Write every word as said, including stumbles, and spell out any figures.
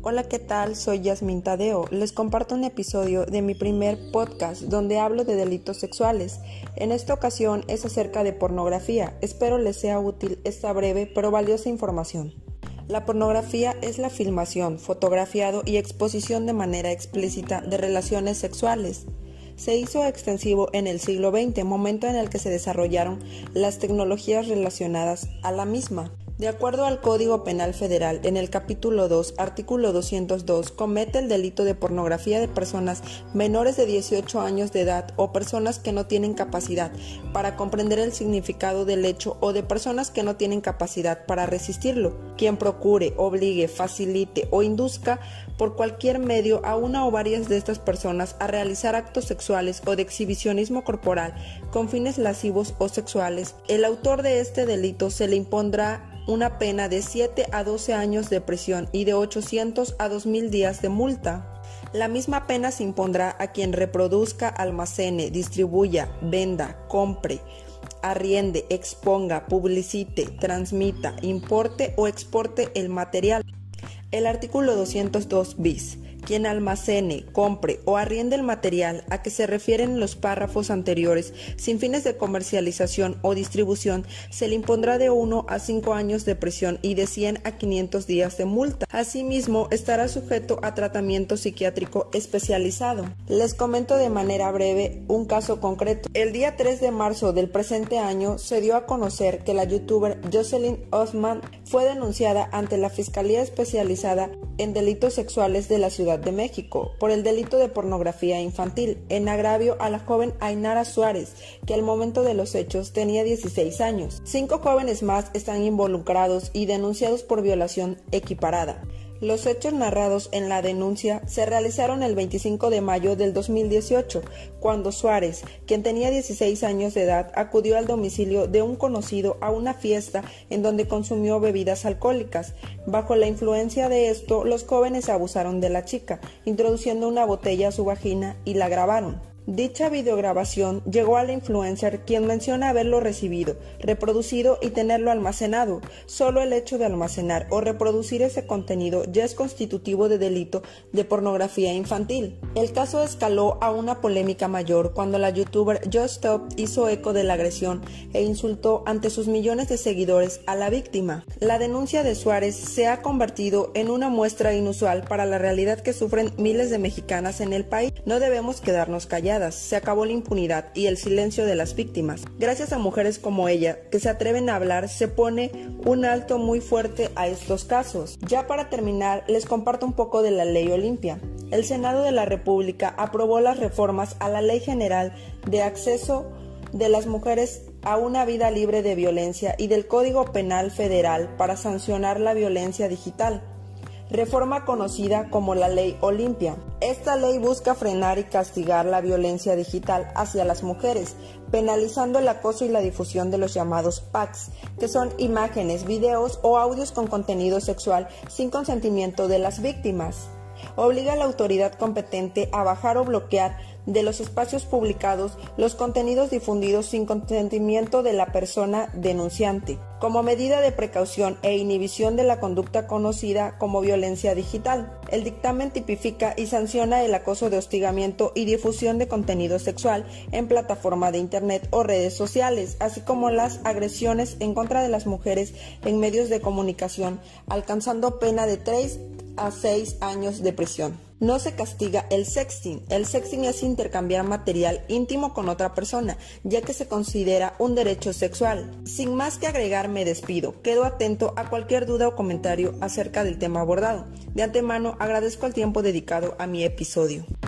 Hola, ¿qué tal? Soy Yasmin Tadeo. Les comparto un episodio de mi primer podcast donde hablo de delitos sexuales. En esta ocasión es acerca de pornografía. Espero les sea útil esta breve pero valiosa información. La pornografía es la filmación, fotografiado y exposición de manera explícita de relaciones sexuales. Se hizo extensivo en el siglo veinte, momento en el que se desarrollaron las tecnologías relacionadas a la misma. De acuerdo al Código Penal Federal, en el capítulo dos, artículo doscientos dos, comete el delito de pornografía de personas menores de dieciocho años de edad o personas que no tienen capacidad para comprender el significado del hecho o de personas que no tienen capacidad para resistirlo. Quien procure, obligue, facilite o induzca por cualquier medio a una o varias de estas personas a realizar actos sexuales o de exhibicionismo corporal con fines lascivos o sexuales, el autor de este delito se le impondrá una pena de siete a doce años de prisión y de ochocientos a dos mil días de multa. La misma pena se impondrá a quien reproduzca, almacene, distribuya, venda, compre, arriende, exponga, publicite, transmita, importe o exporte el material. El artículo doscientos dos bis. Quien almacene, compre o arriende el material a que se refieren los párrafos anteriores sin fines de comercialización o distribución, se le impondrá de uno a cinco años de prisión y de cien a quinientos días de multa. Asimismo, estará sujeto a tratamiento psiquiátrico especializado. Les comento de manera breve un caso concreto. El día tres de marzo del presente año se dio a conocer que la youtuber Jocelyn Osman fue denunciada ante la Fiscalía Especializada en Delitos Sexuales de la Ciudad de México por el delito de pornografía infantil en agravio a la joven Ainara Suárez, que al momento de los hechos tenía dieciséis años. Cinco jóvenes más están involucrados y denunciados por violación equiparada. Los hechos narrados en la denuncia se realizaron el veinticinco de mayo del dos mil dieciocho, cuando Suárez, quien tenía dieciséis años de edad, acudió al domicilio de un conocido a una fiesta en donde consumió bebidas alcohólicas. Bajo la influencia de esto, los jóvenes abusaron de la chica, introduciendo una botella a su vagina y la grabaron. Dicha videograbación llegó a la influencer, quien menciona haberlo recibido, reproducido y tenerlo almacenado. Solo el hecho de almacenar o reproducir ese contenido ya es constitutivo de delito de pornografía infantil. El caso escaló a una polémica mayor cuando la youtuber Just Stop hizo eco de la agresión e insultó ante sus millones de seguidores a la víctima. La denuncia de Suárez se ha convertido en una muestra inusual para la realidad que sufren miles de mexicanas en el país. No debemos quedarnos callados. Se acabó la impunidad y el silencio de las víctimas. Gracias a mujeres como ella, que se atreven a hablar, se pone un alto muy fuerte a estos casos. Ya para terminar, les comparto un poco de la Ley Olimpia. El Senado de la República aprobó las reformas a la Ley General de Acceso de las Mujeres a una Vida Libre de Violencia y del Código Penal Federal para sancionar la violencia digital, reforma conocida como la Ley Olimpia. Esta ley busca frenar y castigar la violencia digital hacia las mujeres, penalizando el acoso y la difusión de los llamados packs, que son imágenes, videos o audios con contenido sexual sin consentimiento de las víctimas. Obliga a la autoridad competente a bajar o bloquear de los espacios publicados los contenidos difundidos sin consentimiento de la persona denunciante, como medida de precaución e inhibición de la conducta conocida como violencia digital. El dictamen tipifica y sanciona el acoso de hostigamiento y difusión de contenido sexual en plataforma de internet o redes sociales, así como las agresiones en contra de las mujeres en medios de comunicación, alcanzando pena de tres a seis años de prisión. No se castiga el sexting. El sexting es intercambiar material íntimo con otra persona, ya que se considera un derecho sexual. Sin más que agregar, me despido. Quedo atento a cualquier duda o comentario acerca del tema abordado. De antemano, agradezco el tiempo dedicado a mi episodio.